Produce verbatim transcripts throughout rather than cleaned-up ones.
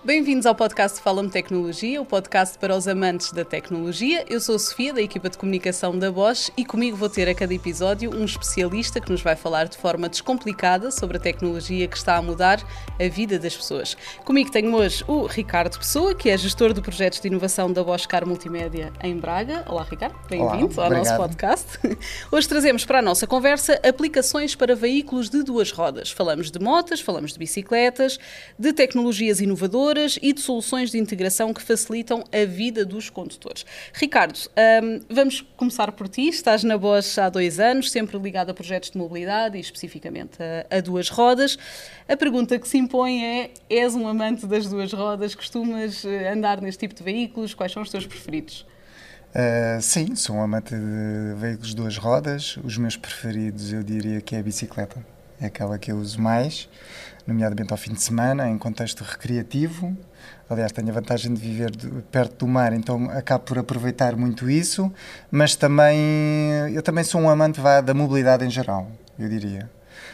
Bem-vindos ao podcast Fala-me Tecnologia, o podcast para os amantes da tecnologia. Eu sou a Sofia, da equipa de comunicação da Bosch, e comigo vou ter a cada episódio um especialista que nos vai falar de forma descomplicada sobre a tecnologia que está a mudar a vida das pessoas. Comigo tenho hoje o Ricardo Pessoa, que é gestor de projetos de inovação da Bosch Car Multimédia em Braga. Olá, Ricardo, bem-vindo ao nosso podcast. Hoje trazemos para a nossa conversa aplicações para veículos de duas rodas. Falamos de motas, falamos de bicicletas, de tecnologias inovadoras e de soluções de integração que facilitam a vida dos condutores. Ricardo, um, vamos começar por ti. Estás na Bosch há dois anos, sempre ligado a projetos de mobilidade e especificamente a, a duas rodas. A pergunta que se impõe é, és um amante das duas rodas? Costumas andar neste tipo de veículos? Quais são os teus preferidos? Uh, sim, sou um amante de veículos de duas rodas. Os meus preferidos eu diria que é a bicicleta. É aquela que eu uso mais, nomeadamente ao fim de semana, em contexto recreativo. Aliás, tenho a vantagem de viver de, perto do mar, então acabo por aproveitar muito isso, mas também, eu também sou um amante vá, da mobilidade em geral, eu diria.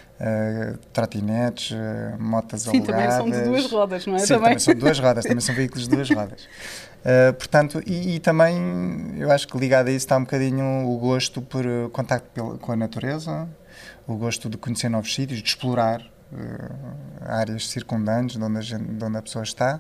Uh, trotinetes, uh, motas Sim, alugadas. Sim, também são de duas rodas, não é? Sim, também, também são de duas rodas, também são veículos de duas rodas. Uh, portanto, e, e também, eu acho que ligado a isso está um bocadinho o gosto por uh, contacto pela, com a natureza, o gosto de conhecer novos sítios, de explorar uh, áreas circundantes de onde a, gente, de onde a pessoa está.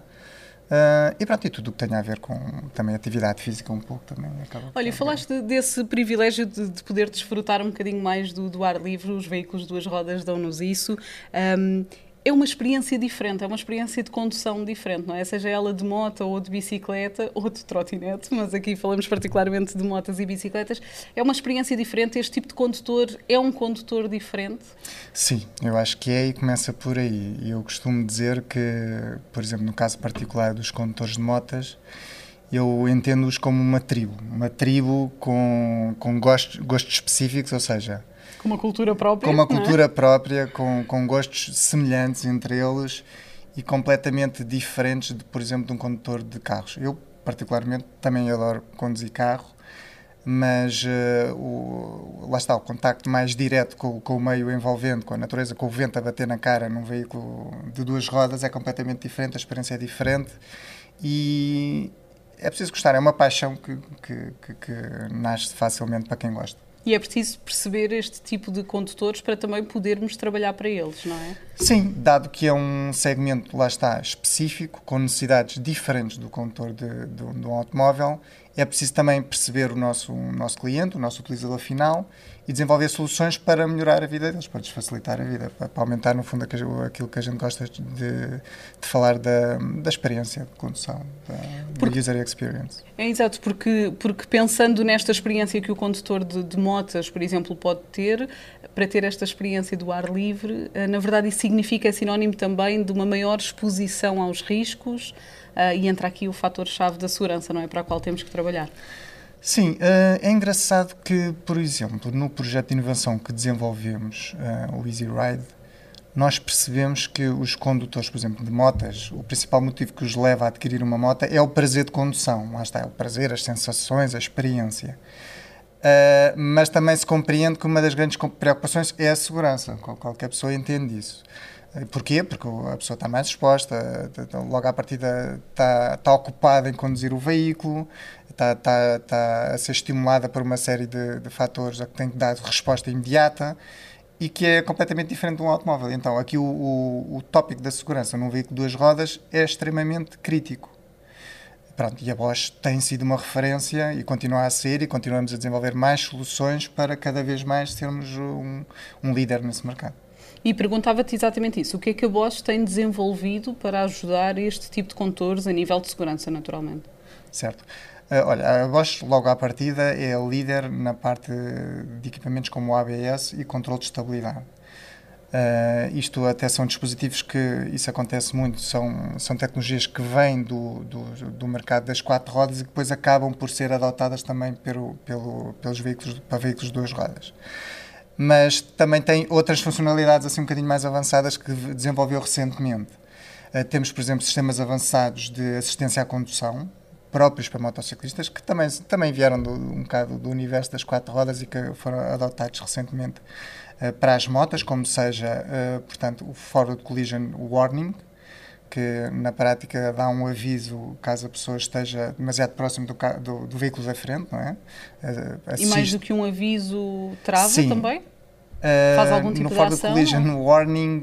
Uh, e pronto, e tudo o que tenha a ver com também atividade física um pouco também acaba. Olha, e falaste de, desse privilégio de, de poder desfrutar um bocadinho mais do, do ar livre, os veículos de duas rodas dão-nos isso. Um, é uma experiência diferente, é uma experiência de condução diferente, não é? Seja ela de moto ou de bicicleta ou de trotinete, mas aqui falamos particularmente de motas e bicicletas. É uma experiência diferente, este tipo de condutor é um condutor diferente? Sim, eu acho que é e começa por aí. Eu costumo dizer que, por exemplo, no caso particular dos condutores de motas, eu entendo-os como uma tribo, uma tribo com, com gostos, gostos específicos, ou seja, com uma cultura própria. Com uma cultura é? própria, com, com gostos semelhantes entre eles e completamente diferentes, de, por exemplo, de um condutor de carros. Eu, particularmente, também adoro conduzir carro, mas uh, o, lá está, o contacto mais direto com, com o meio envolvente, com a natureza, com o vento a bater na cara num veículo de duas rodas é completamente diferente, a experiência é diferente e é preciso gostar, é uma paixão que, que, que, que nasce facilmente para quem gosta. E é preciso perceber este tipo de condutores para também podermos trabalhar para eles, não é? Sim, dado que é um segmento, lá está, específico, com necessidades diferentes do condutor de, de, de um automóvel, é preciso também perceber o nosso, o nosso cliente, o nosso utilizador final e desenvolver soluções para melhorar a vida deles, para lhes facilitar a vida, para, para aumentar, no fundo, aquilo que a gente gosta de, de falar da, da experiência de condução, da, porque, da user experience. É exato, porque, porque pensando nesta experiência que o condutor de, de motas, por exemplo, pode ter, para ter esta experiência do ar livre, na verdade isso significa, é sinónimo também de uma maior exposição aos riscos, Uh, e entra aqui o fator-chave da segurança, não é? Para a qual temos que trabalhar. Sim, uh, é engraçado que, por exemplo, no projeto de inovação que desenvolvemos, uh, o Easy Ride, nós percebemos que os condutores, por exemplo, de motas, o principal motivo que os leva a adquirir uma moto é o prazer de condução. Lá está, é o prazer, as sensações, a experiência. Uh, mas também se compreende que uma das grandes preocupações é a segurança. Qualquer pessoa entende isso. Porquê? Porque a pessoa está mais exposta, logo à partida está, está ocupada em conduzir o veículo, está, está, está a ser estimulada por uma série de, de fatores a que tem que dar resposta imediata e que é completamente diferente de um automóvel. Então, aqui o, o, o tópico da segurança num veículo de duas rodas é extremamente crítico. Pronto, e a Bosch tem sido uma referência e continua a ser, e continuamos a desenvolver mais soluções para cada vez mais sermos um, um líder nesse mercado. E perguntava-te exatamente isso. O que é que a Bosch tem desenvolvido para ajudar este tipo de condutores a nível de segurança, naturalmente? Certo. Uh, olha, a Bosch, logo à partida, é a líder na parte de equipamentos como o A B S e controle de estabilidade. Uh, isto até são dispositivos que, isso acontece muito, são, são tecnologias que vêm do, do, do mercado das quatro rodas e que depois acabam por ser adotadas também pelo, pelo, pelos veículos, para veículos de duas rodas. Mas também tem outras funcionalidades assim um bocadinho mais avançadas que desenvolveu recentemente. Uh, temos, por exemplo, sistemas avançados de assistência à condução, próprios para motociclistas, que também, também vieram do, um bocado do universo das quatro rodas e que foram adotados recentemente uh, para as motas, como seja, uh, portanto, o Forward Collision Warning, que na prática dá um aviso caso a pessoa esteja demasiado próximo do, do, do veículo da frente, não é? Assiste... E mais do que um aviso trava Sim. também? Uh, Faz algum tipo no de Ford ação? Collision Ou? Warning,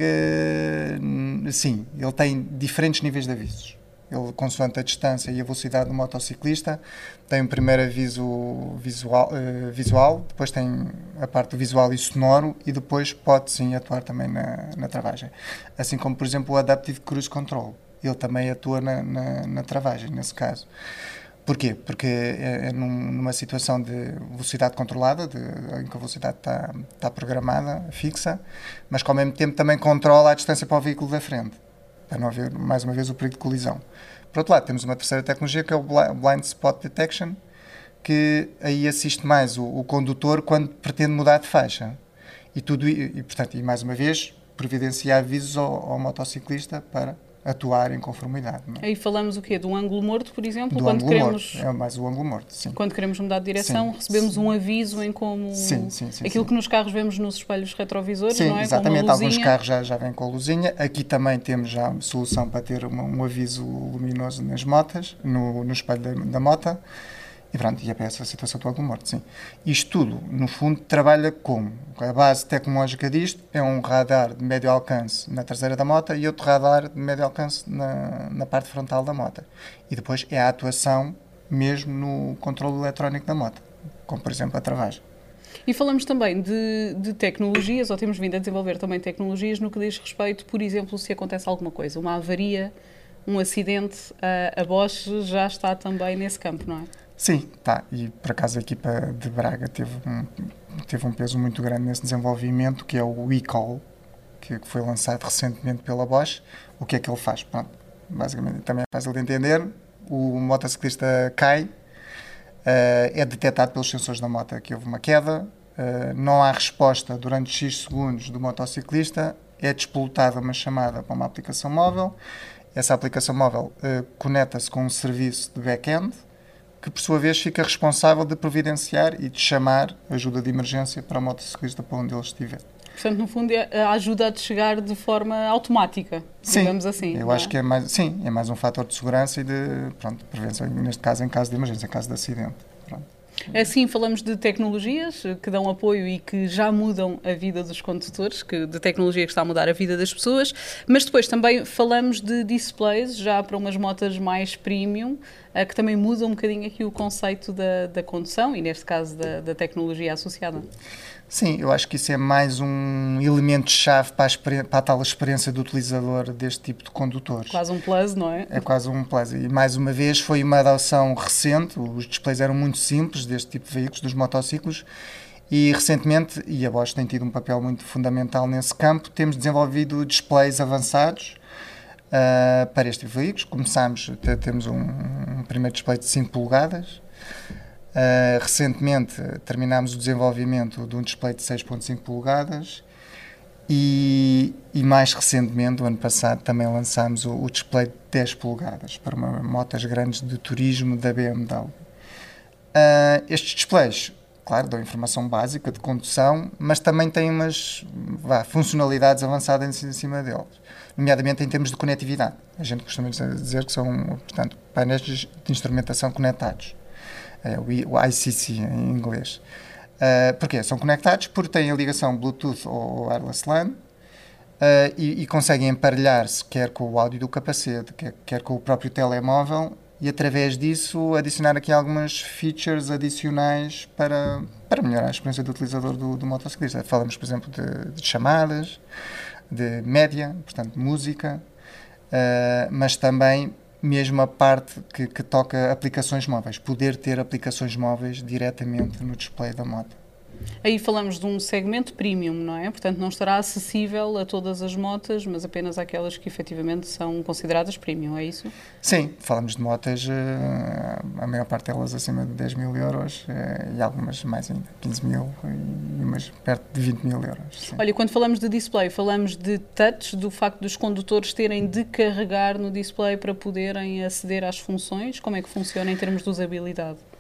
uh, sim, ele tem diferentes níveis de avisos. Ele, consoante a distância e a velocidade do motociclista, tem um primeiro aviso visual, uh, visual, depois tem a parte do visual e sonoro, e depois pode sim atuar também na, na travagem. Assim como, por exemplo, o Adaptive Cruise Control. Ele também atua na, na, na travagem, nesse caso. Porquê? Porque é, é num, numa situação de velocidade controlada, de, em que a velocidade está, está programada, fixa, mas que ao mesmo tempo também controla a distância para o veículo da frente, para não haver, mais uma vez, o perigo de colisão. Por outro lado, temos uma terceira tecnologia que é o Blind Spot Detection, que aí assiste mais o, o condutor quando pretende mudar de faixa. E, tudo, e, e, portanto, e mais uma vez, providencia avisos ao, ao motociclista para atuar em conformidade. Não é? Aí falamos o quê? Do ângulo morto, por exemplo? Do quando ângulo queremos, morto. É mais o ângulo morto, sim. Quando queremos mudar de direção, sim, recebemos sim. um aviso em como... Sim, sim, sim. Aquilo sim. que nos carros vemos nos espelhos retrovisores, sim, não é? Exatamente. Com uma Alguns luzinha. carros já, já vêm com a luzinha. Aqui também temos já solução para ter uma, um aviso luminoso nas motas, no, no espelho da, da moto. E pronto, e é para essa situação do ângulo morto, sim. Isto tudo, no fundo, trabalha como? A base tecnológica disto é um radar de médio alcance na traseira da moto e outro radar de médio alcance na, na parte frontal da moto. E depois é a atuação mesmo no controle eletrónico da moto, como por exemplo a travagem. E falamos também de, de tecnologias, ou temos vindo a desenvolver também tecnologias no que diz respeito, por exemplo, se acontece alguma coisa, uma avaria, um acidente, a, a Bosch já está também nesse campo, não é? Sim, tá. E por acaso a equipa de Braga teve um, teve um peso muito grande nesse desenvolvimento, que é o eCall, que, que foi lançado recentemente pela Bosch. O que é que ele faz? Pronto, basicamente também é fácil de entender. O motociclista cai, uh, é detectado pelos sensores da moto que houve uma queda, uh, não há resposta durante X segundos do motociclista, é despolutada uma chamada para uma aplicação móvel. Essa aplicação móvel uh, conecta-se com um serviço de back-end, que por sua vez fica responsável de providenciar e de chamar ajuda de emergência para o motociclista para onde ele estiver. Portanto, no fundo, a ajuda a de chegar de forma automática, sim, digamos assim. Eu acho é? que é mais, sim, é mais um fator de segurança e de pronto, prevenção, neste caso em caso de emergência, em caso de acidente. Pronto. Assim, falamos de tecnologias que dão apoio e que já mudam a vida dos condutores, que, de tecnologia que está a mudar a vida das pessoas, mas depois também falamos de displays, já para umas motas mais premium, que também mudam um bocadinho aqui o conceito da, da condução e, neste caso, da, da tecnologia associada. Sim, eu acho que isso é mais um elemento-chave para, para a tal experiência do utilizador deste tipo de condutores. Quase um plus, não é? É quase um plus. E mais uma vez foi uma adoção recente, os displays eram muito simples deste tipo de veículos, dos motociclos, e recentemente, e a Bosch tem tido um papel muito fundamental nesse campo, temos desenvolvido displays avançados uh, para este tipo de veículos. Começámos, temos um, um primeiro display de cinco polegadas. Uh, recentemente terminámos o desenvolvimento de um display de seis vírgula cinco polegadas e, e mais recentemente, o ano passado, também lançámos o, o display de dez polegadas para uma, motas grandes de turismo da B M W. Uh, estes displays, claro, dão informação básica de condução, mas também têm umas vá, funcionalidades avançadas em cima deles, nomeadamente em termos de conectividade. A gente costuma dizer que são, portanto, painéis de instrumentação conectados. É, o I C C em inglês. Uh, porquê? São conectados porque têm a ligação Bluetooth ou Wireless LAN uh, e, e conseguem emparelhar-se quer com o áudio do capacete, quer, quer com o próprio telemóvel e através disso adicionar aqui algumas features adicionais para, para melhorar a experiência do utilizador do, do motociclista. Falamos, por exemplo, de, de chamadas, de média, portanto, música, uh, mas também mesmo a parte que, que toca aplicações móveis, poder ter aplicações móveis diretamente no display da moto. Aí falamos de um segmento premium, não é? Portanto, não estará acessível a todas as motas, mas apenas àquelas que efetivamente são consideradas premium, é isso? Sim, falamos de motas, a maior parte delas acima de dez mil euros e algumas mais ainda, quinze mil e umas perto de vinte mil euros. Sim. Olha, quando falamos de display, falamos de touch, do facto dos condutores terem de carregar no display para poderem aceder às funções. Como é que funciona em termos de usabilidade?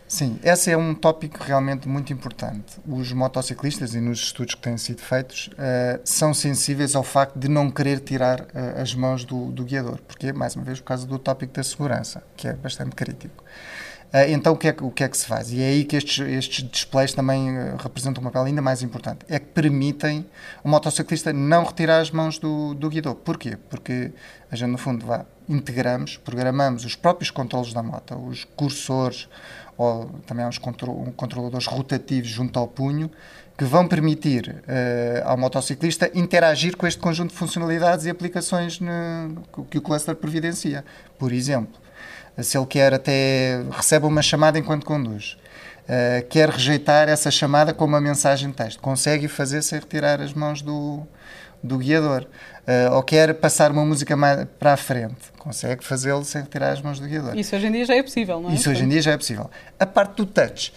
Sim, esse é um tópico realmente muito importante. Os motociclistas, e nos estudos que têm sido feitos, uh, são sensíveis ao facto de não querer tirar uh, as mãos do, do guiador. Porque, mais uma vez, por causa do tópico da segurança, que é bastante crítico. Uh, então, o que, é que, o que é que se faz? E é aí que estes, estes displays também uh, representam um papel ainda mais importante. É que permitem o motociclista não retirar as mãos do, do guiador. Porquê? Porque a gente, no fundo, vá, integramos, programamos os próprios controles da moto, os cursores, ou também há uns contro controladores rotativos junto ao punho, que vão permitir uh, ao motociclista interagir com este conjunto de funcionalidades e aplicações no, que o cluster providencia. Por exemplo, se ele quer até recebe uma chamada enquanto conduz, uh, quer rejeitar essa chamada com uma mensagem de texto, consegue fazer sem retirar as mãos do, do guiador. Uh, ou quer passar uma música mais para a frente, consegue fazê-lo sem retirar as mãos do guiador. Isso hoje em dia já é possível, não é? Isso hoje em dia já é possível. A parte do touch,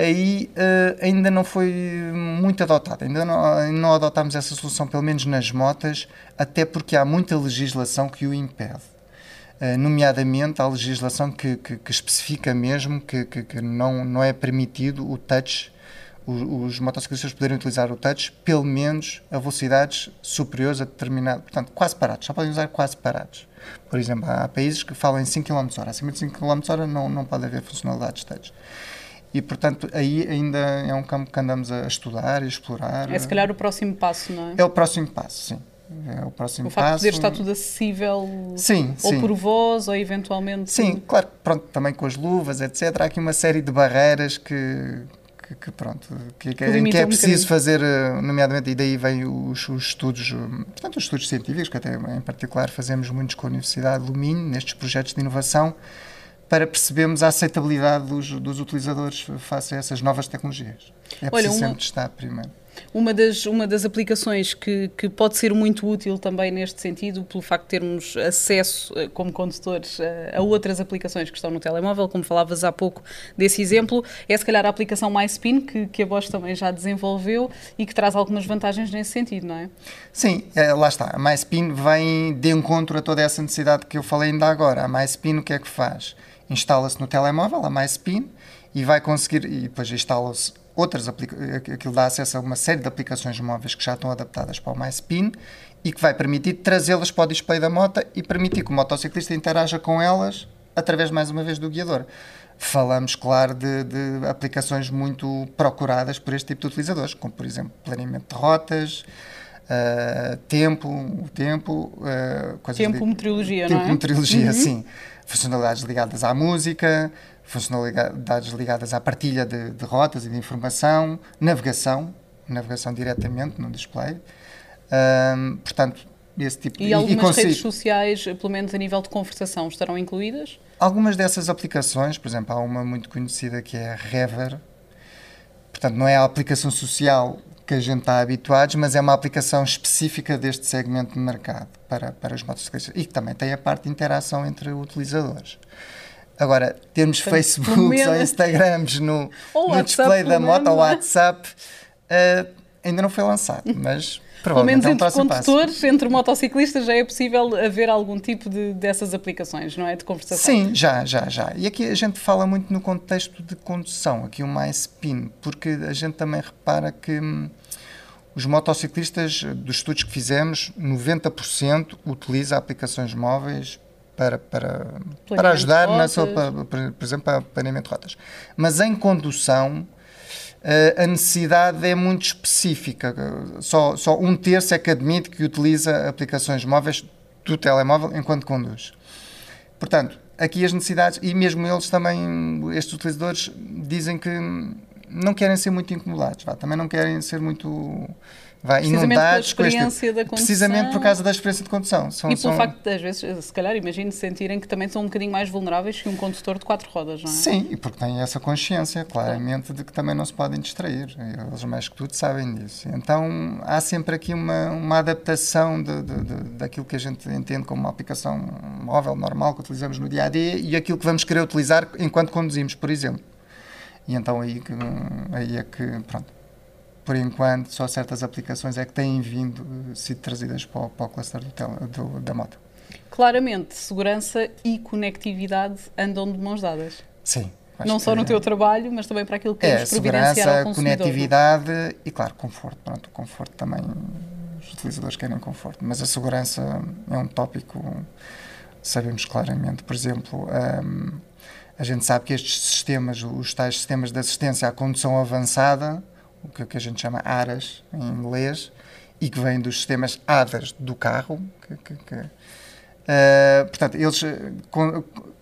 aí uh, ainda não foi muito adotada, ainda não, não adotámos essa solução, pelo menos nas motas, até porque há muita legislação que o impede. Uh, nomeadamente, há legislação que, que, que especifica mesmo que, que, que não, não é permitido o touch, os, os motociclistas poderem utilizar o touch, pelo menos a velocidades superiores a determinado, portanto, quase parados, só podem usar quase parados. Por exemplo, há países que falam em cinco quilómetros por hora, acima de cinco quilómetros por hora não, não pode haver funcionalidades touch. E, portanto, aí ainda é um campo que andamos a estudar e a explorar. É se calhar o próximo passo, não é? É o próximo passo, sim. É o próximo o facto passo. de poder estar tudo acessível, sim, ou sim. por voz, ou eventualmente... Sim, claro, pronto, também com as luvas, etcétera. Há aqui uma série de barreiras que, que, que pronto, que, que, que é preciso um fazer, nomeadamente, e daí vem os, os estudos, portanto, os estudos científicos, que até em particular fazemos muitos com a Universidade do Minho, nestes projetos de inovação, para percebermos a aceitabilidade dos, dos utilizadores face a essas novas tecnologias. É preciso Olha, uma... sempre testar primeiro. Uma das, uma das aplicações que, que pode ser muito útil também neste sentido, pelo facto de termos acesso como condutores a, a outras aplicações que estão no telemóvel, como falavas há pouco desse exemplo, é se calhar a aplicação MySpin, que, que a Bosch também já desenvolveu e que traz algumas vantagens nesse sentido, não é? Sim, é, lá está. A MySpin vem de encontro a toda essa necessidade que eu falei ainda agora. A MySpin o que é que faz? Instala-se no telemóvel, a MySpin, e vai conseguir, e depois instala-se outras aplicações, aquilo dá acesso a uma série de aplicações móveis que já estão adaptadas para o MySpin e que vai permitir trazê-las para o display da moto e permitir que o motociclista interaja com elas através, mais uma vez, do guiador. Falamos, claro, de, de aplicações muito procuradas por este tipo de utilizadores, como, por exemplo, planeamento de rotas, uh, tempo, o tempo... Uh, coisas tempo, de, meteorologia, tempo, não é? meteorologia, uhum. sim. Funcionalidades ligadas à música, funcionalidades ligadas à partilha de, de rotas e de informação, navegação, navegação diretamente no display. Um, portanto, esse tipo e de... algumas e consigo... redes sociais, pelo menos a nível de conversação, estarão incluídas? Algumas dessas aplicações, por exemplo, há uma muito conhecida que é a Rever. Portanto, não é a aplicação social que a gente está habituados, mas é uma aplicação específica deste segmento de mercado para, para os motociclistas e que também tem a parte de interação entre utilizadores. Agora, termos Portanto, Facebooks ou Instagrams no, no display da moto ou WhatsApp uh, ainda não foi lançado, mas pelo menos é um entre condutores, passo. entre motociclistas, já é possível haver algum tipo de, dessas aplicações, não é? De conversação. Sim, já, já, já. E aqui a gente fala muito no contexto de condução, aqui o MySpin, porque a gente também repara que hum, os motociclistas, dos estudos que fizemos, noventa por cento utiliza aplicações móveis para, para, para ajudar, na sua, por, por exemplo, para planeamento de rotas. Mas em condução, a necessidade é muito específica. Só, só um terço é que admite que utiliza aplicações móveis do telemóvel enquanto conduz. Portanto, aqui as necessidades, e mesmo eles também, estes utilizadores, dizem que não querem ser muito incomodados, vá, também não querem ser muito... Vai, inundados com este, da precisamente por causa da experiência de condução. São, e pelo são... facto de, às vezes, se calhar, imagino sentirem que também são um bocadinho mais vulneráveis que um condutor de quatro rodas, não é? Sim, e porque têm essa consciência, claramente, de que também não se podem distrair. Eles, mais que tudo, sabem disso. Então, há sempre aqui uma, uma adaptação de, de, de, daquilo que a gente entende como uma aplicação móvel normal que utilizamos no dia-a-dia e aquilo que vamos querer utilizar enquanto conduzimos, por exemplo. E então aí, que, aí é que, pronto, por enquanto, só certas aplicações é que têm vindo, sido trazidas para o, para o cluster do tele, do, da moto. Claramente, segurança e conectividade andam de mãos dadas. Sim, Não só no teu trabalho, mas também para aquilo que é queremos providenciar ao consumidor. Conectividade e, claro, conforto. Pronto, o conforto também, os utilizadores querem conforto, mas a segurança é um tópico, sabemos claramente. Por exemplo, um, a gente sabe que estes sistemas, os tais sistemas de assistência à condução avançada, o que, que a gente chama ARAS em inglês, e que vêm dos sistemas A D A S do carro, que, que, que, uh, portanto, eles... Com,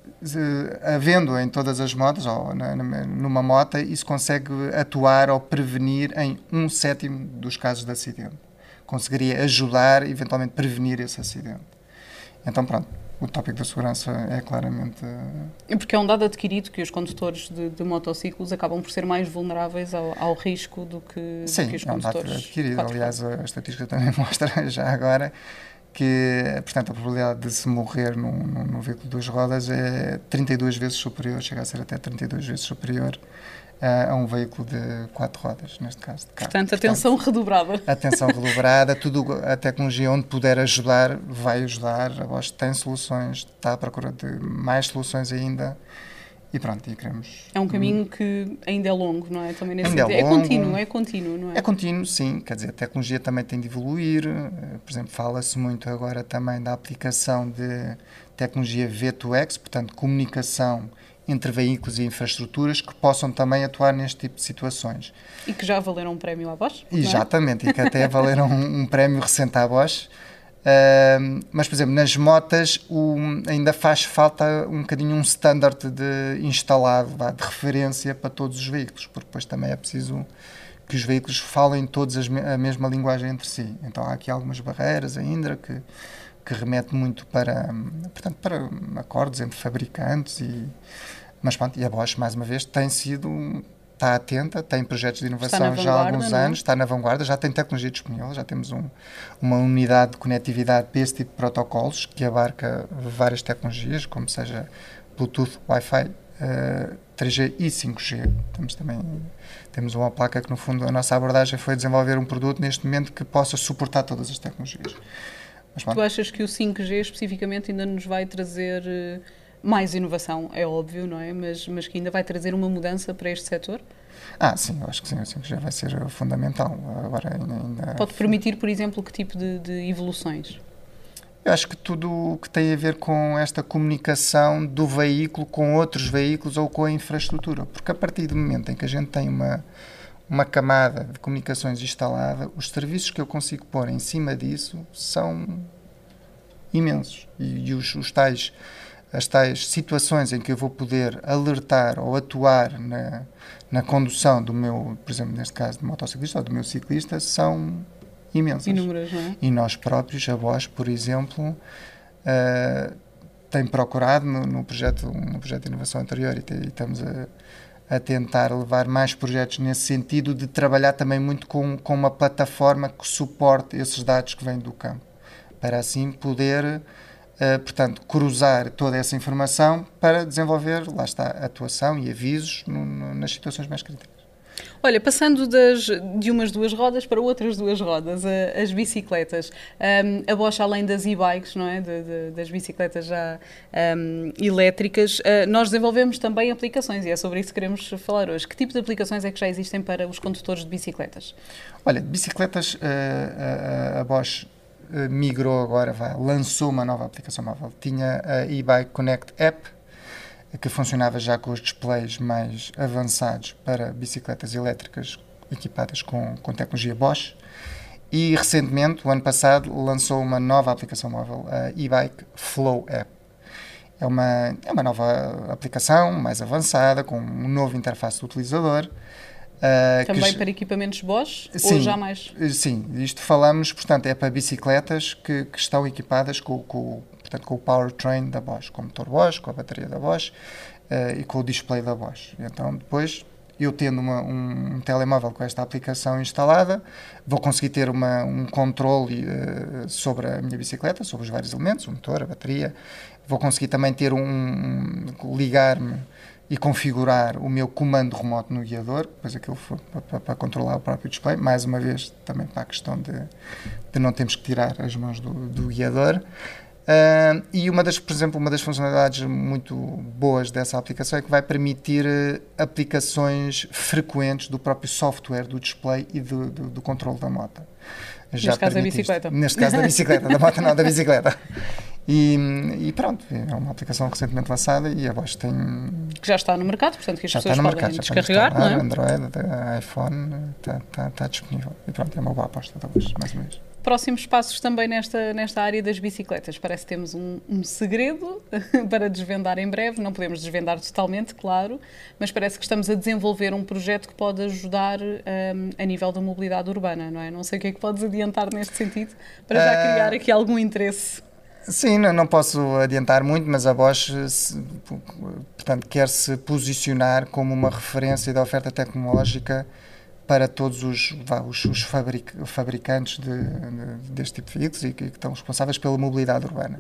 havendo em todas as motas ou na, numa moto, isso consegue atuar ou prevenir em um sétimo dos casos de acidente. Conseguiria ajudar, eventualmente prevenir esse acidente. Então pronto, o tópico da segurança é claramente... É porque é um dado adquirido que os condutores de, de motociclos acabam por ser mais vulneráveis ao, ao risco do que, Sim, do que os é um condutores... dado adquirido. Aliás, a estatística também mostra já agora que, portanto, a probabilidade de se morrer num, num, num veículo de duas rodas é trinta e duas vezes superior, chega a ser até trinta e duas vezes superior a, a um veículo de quatro rodas, neste caso de carro. Portanto, atenção Portanto, redobrada. Atenção redobrada, tudo, a tecnologia onde puder ajudar, vai ajudar. A Bosch tem soluções, está à procura de mais soluções ainda. E pronto, e queremos... É um caminho que ainda é longo, não é? Também nesse ainda sentido. é longo. É contínuo, é contínuo, não é? É contínuo, sim. Quer dizer, a tecnologia também tem de evoluir. Por exemplo, fala-se muito agora também da aplicação de tecnologia V dois X, portanto, comunicação entre veículos e infraestruturas que possam também atuar neste tipo de situações. E que já valeram um prémio à Bosch? Exatamente, é? E que até valeram um, um prémio recente à Bosch. Uh, mas, por exemplo, nas motas o, ainda faz falta um bocadinho um standard de instalado, vá, de referência para todos os veículos, porque depois também é preciso que os veículos falem todos as, a mesma linguagem entre si. Então há aqui algumas barreiras ainda que, que remete muito para, portanto, para acordos entre fabricantes. E, mas pronto, e a Bosch, mais uma vez, tem sido... está atenta, tem projetos de inovação já há alguns anos, está na vanguarda, já tem tecnologia disponível, já temos um, uma unidade de conectividade para esse tipo de protocolos que abarca várias tecnologias, como seja Bluetooth, Wi-Fi, uh, três G e cinco G. Temos também temos uma placa que, no fundo, a nossa abordagem foi desenvolver um produto neste momento que possa suportar todas as tecnologias. Mas, tu achas que o cinco G especificamente ainda nos vai trazer... Uh... mais inovação, é óbvio, não é? Mas, mas que ainda vai trazer uma mudança para este setor? Ah, sim, eu acho que sim, o cinco G vai ser fundamental. Agora ainda... Pode permitir, por exemplo, que tipo de, de evoluções? Eu acho que tudo o que tem a ver com esta comunicação do veículo com outros veículos ou com a infraestrutura, porque a partir do momento em que a gente tem uma, uma camada de comunicações instalada, os serviços que eu consigo pôr em cima disso são imensos. E, e os, os tais... as tais situações em que eu vou poder alertar ou atuar na, na condução do meu, por exemplo, neste caso, do motociclista ou do meu ciclista, são imensas. Inúmeras, não é? E nós próprios, a Bosch, por exemplo, uh, tem procurado no, no, projeto, no projeto de inovação anterior e, te, e estamos a, a tentar levar mais projetos nesse sentido de trabalhar também muito com, com uma plataforma que suporte esses dados que vêm do campo, para assim poder... Uh, portanto, cruzar toda essa informação para desenvolver, lá está, atuação e avisos no, no, nas situações mais críticas. Olha, passando das, de umas duas rodas para outras duas rodas, a, as bicicletas. Um, a Bosch, além das e-bikes, não é? De, de, das bicicletas já um, elétricas, uh, nós desenvolvemos também aplicações e é sobre isso que queremos falar hoje. Que tipo de aplicações é que já existem para os condutores de bicicletas? Olha, bicicletas, uh, a, a Bosch migrou agora, vai, lançou uma nova aplicação móvel. Tinha a e-Bike Connect App, que funcionava já com os displays mais avançados para bicicletas elétricas equipadas com, com tecnologia Bosch. E, recentemente, o ano passado, lançou uma nova aplicação móvel, a e-Bike Flow App. É uma, é uma nova aplicação, mais avançada, com um novo interface do utilizador. Uh, Também que, para equipamentos Bosch? Sim, ou já mais? Sim, isto falamos, portanto, é para bicicletas que, que estão equipadas com, com, portanto, com o powertrain da Bosch, com o motor Bosch, com a bateria da Bosch uh, e com o display da Bosch. Então, depois, eu tendo uma, um, um telemóvel com esta aplicação instalada, vou conseguir ter uma, um controle uh, sobre a minha bicicleta, sobre os vários elementos, o motor, a bateria. Vou conseguir também ter um, um ligar-me e configurar o meu comando remoto no guiador, depois aquilo for para, para, para controlar o próprio display, mais uma vez também para a questão de, de não termos que tirar as mãos do, do guiador. Uh, e uma das, por exemplo, uma das funcionalidades muito boas dessa aplicação é que vai permitir uh, aplicações frequentes do próprio software, do display e do, do, do controle da moto. Já neste caso da bicicleta. Isto. Neste caso da bicicleta, da moto não, da bicicleta. E, e pronto, é uma aplicação recentemente lançada e a Bosch tem... Que já está no mercado, portanto que as já pessoas está no podem mercado, descarregar, já não é? Android, iPhone, está, está, está disponível. E pronto, é uma boa aposta da Bosch, mais ou menos. Próximos passos também nesta, nesta área das bicicletas. Parece que temos um, um segredo para desvendar em breve. Não podemos desvendar totalmente, claro, mas parece que estamos a desenvolver um projeto que pode ajudar um, a nível da mobilidade urbana, não é? Não sei o que é que podes adiantar neste sentido, para já uh, criar aqui algum interesse. Sim, não, não posso adiantar muito, mas a Bosch, se, portanto, quer se posicionar como uma referência da oferta tecnológica para todos os, os, os fabric, fabricantes de, de, deste tipo de veículos e que, que estão responsáveis pela mobilidade urbana.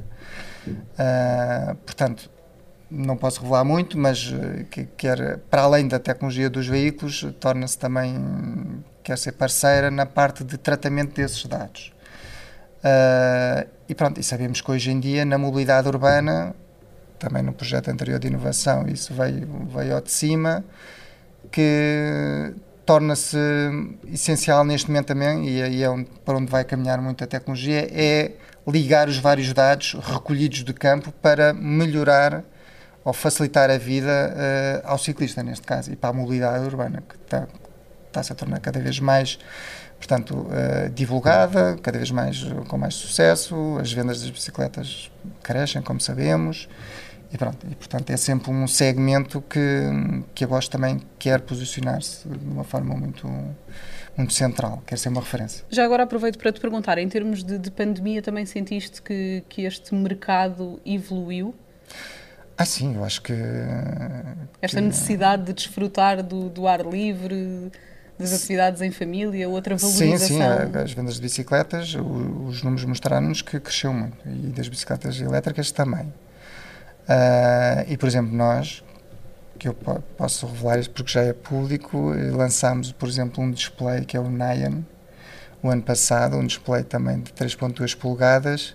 Uh, portanto, não posso revelar muito, mas que, quer, para além da tecnologia dos veículos, torna-se também, quer ser parceira na parte de tratamento desses dados. Uh, e pronto, e sabemos que hoje em dia, na mobilidade urbana, também no projeto anterior de inovação, isso veio, veio ao de cima, que torna-se essencial neste momento também, e aí é onde, para onde vai caminhar muito a tecnologia, é ligar os vários dados recolhidos de campo para melhorar ou facilitar a vida uh, ao ciclista, neste caso, e para a mobilidade urbana, que está, está-se a tornar cada vez mais, portanto, uh, divulgada, cada vez mais com mais sucesso, as vendas das bicicletas crescem, como sabemos. E pronto, e portanto é sempre um segmento que, que a Bosch também quer posicionar-se de uma forma muito, muito central, quer ser uma referência. Já agora aproveito para te perguntar, em termos de, de pandemia, também sentiste que, que este mercado evoluiu? Ah sim, eu acho que... Esta que, necessidade de desfrutar do, do ar livre, das atividades em família, outra valorização... Sim, sim, as vendas de bicicletas, os números mostraram-nos que cresceu muito, e das bicicletas elétricas também. Uh, e, por exemplo, nós, que eu posso revelar isto porque já é público, lançámos, por exemplo, um display que é o Nian, o ano passado, um display também de três vírgula dois polegadas,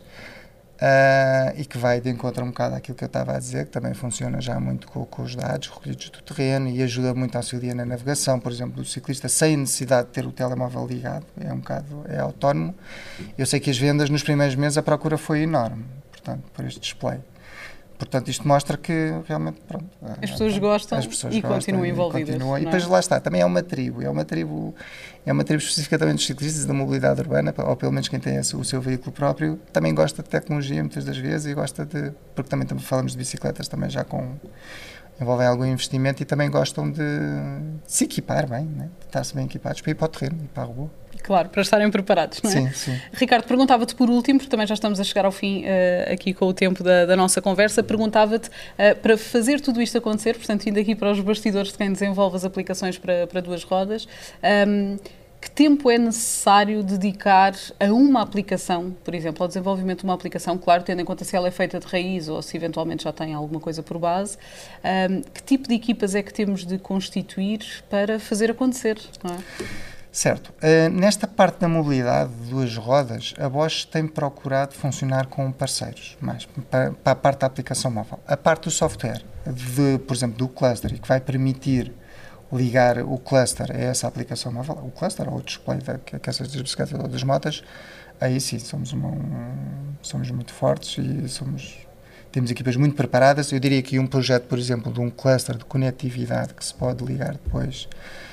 uh, e que vai de encontro um bocado àquilo que eu estava a dizer, que também funciona já muito com, com os dados recolhidos do terreno e ajuda muito a auxiliar na navegação, por exemplo, do ciclista, sem necessidade de ter o telemóvel ligado, é um bocado, é autónomo. Eu sei que as vendas nos primeiros meses a procura foi enorme, portanto, por este display. Portanto, isto mostra que realmente, pronto, as pessoas gostam as pessoas e gostam, continuam envolvidas. E, continuam. E depois lá está, também é uma tribo, é uma tribo, é uma tribo específica também dos ciclistas da mobilidade urbana, ou pelo menos quem tem o seu veículo próprio, também gosta de tecnologia muitas das vezes e gosta de, porque também, também falamos de bicicletas também já com, envolvem algum investimento e também gostam de, de se equipar bem, né? De estar-se bem equipados para ir para o terreno e para a rua. Claro, para estarem preparados, não é? Sim, sim. Ricardo, perguntava-te por último, porque também já estamos a chegar ao fim uh, aqui com o tempo da, da nossa conversa, perguntava-te, uh, para fazer tudo isto acontecer, portanto, indo aqui para os bastidores de quem desenvolve as aplicações para, para duas rodas, um, que tempo é necessário dedicar a uma aplicação, por exemplo, ao desenvolvimento de uma aplicação, claro, tendo em conta se ela é feita de raiz ou se eventualmente já tem alguma coisa por base, um, que tipo de equipas é que temos de constituir para fazer acontecer, não é? Certo. Uh, nesta parte da mobilidade de duas rodas, a Bosch tem procurado funcionar com parceiros, mais para, para a parte da aplicação móvel. A parte do software, de, por exemplo, do cluster, e que vai permitir ligar o cluster a essa aplicação móvel, o cluster ou o display da, que, que essas das bicicletas ou das motas, aí sim, somos, uma, um, somos muito fortes e somos, temos equipas muito preparadas. Eu diria que um projeto, por exemplo, de um cluster de conectividade que se pode ligar depois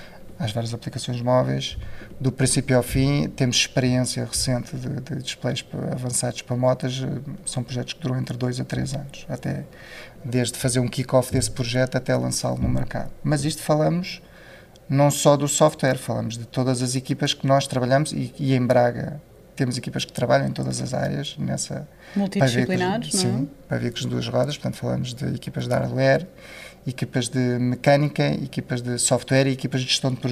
às várias aplicações móveis, do princípio ao fim, temos experiência recente de, de displays avançados para motas, são projetos que duram entre dois a três anos, até desde fazer um kick-off desse projeto até lançá-lo no mercado. Mas isto falamos não só do software, falamos de todas as equipas que nós trabalhamos e, e em Braga temos equipas que trabalham em todas as áreas, nessa multidisciplinares, não é? Sim, para veículos de duas rodas, portanto falamos de equipas de hardware, equipas de mecânica, equipas de software e equipas de gestão de projeto.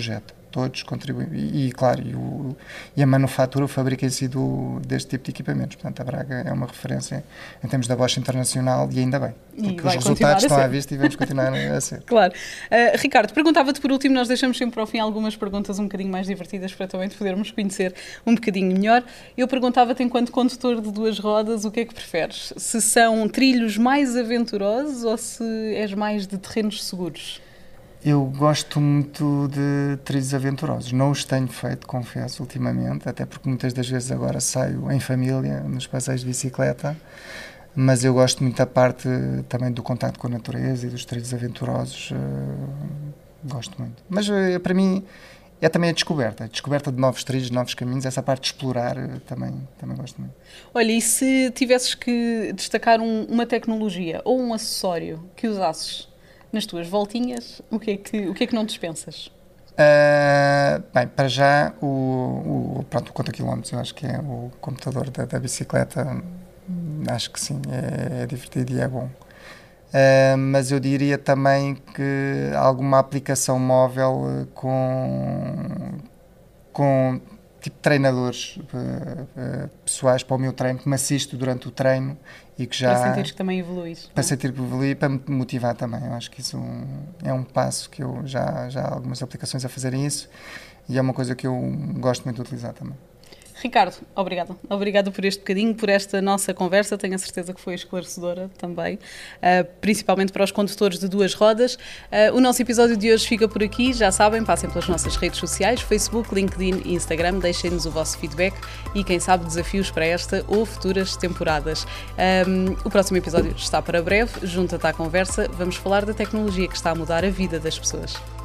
todos contribuem. E, e claro, e, o, e a manufatura, o fabrico em si do, deste tipo de equipamentos. Portanto, a Braga é uma referência em termos da Bosch internacional e ainda bem. Porque os resultados estão à vista e vamos continuar a ser. Claro. Uh, Ricardo, perguntava-te por último, nós deixamos sempre ao fim algumas perguntas um bocadinho mais divertidas para também te podermos conhecer um bocadinho melhor. Eu perguntava-te, enquanto condutor de duas rodas, o que é que preferes? Se são trilhos mais aventurosos ou se és mais de terrenos seguros? Eu gosto muito de trilhos aventurosos. Não os tenho feito, confesso, ultimamente, até porque muitas das vezes agora saio em família, nos passeios de bicicleta, mas eu gosto muito da parte também do contacto com a natureza e dos trilhos aventurosos. Uh, gosto muito. Mas uh, para mim é também a descoberta, a descoberta de novos trilhos, de novos caminhos, essa parte de explorar uh, também, também gosto muito. Olha, e se tivesses que destacar um, uma tecnologia ou um acessório que usasses nas tuas voltinhas, o que é que, o que, é que não dispensas? Uh, bem, para já o, o, pronto, o conta-quilómetros, eu acho que é o computador da, da bicicleta, acho que sim, é, é divertido e é bom. Uh, mas eu diria também que alguma aplicação móvel com, com tipo treinadores uh, uh, pessoais para o meu treino, que me assiste durante o treino e que já... Para sentir que também evoluís. Para sentir que evolui e para me motivar também. Eu acho que isso é um passo que eu já, já há algumas aplicações a fazerem isso e é uma coisa que eu gosto muito de utilizar também. Ricardo, obrigada. Obrigada por este bocadinho, por esta nossa conversa. Tenho a certeza que foi esclarecedora também, uh, principalmente para os condutores de duas rodas. Uh, o nosso episódio de hoje fica por aqui. Já sabem, passem pelas nossas redes sociais, Facebook, LinkedIn e Instagram. Deixem-nos o vosso feedback e, quem sabe, desafios para esta ou futuras temporadas. Um, o próximo episódio está para breve. Junta-te à conversa. Vamos falar da tecnologia que está a mudar a vida das pessoas.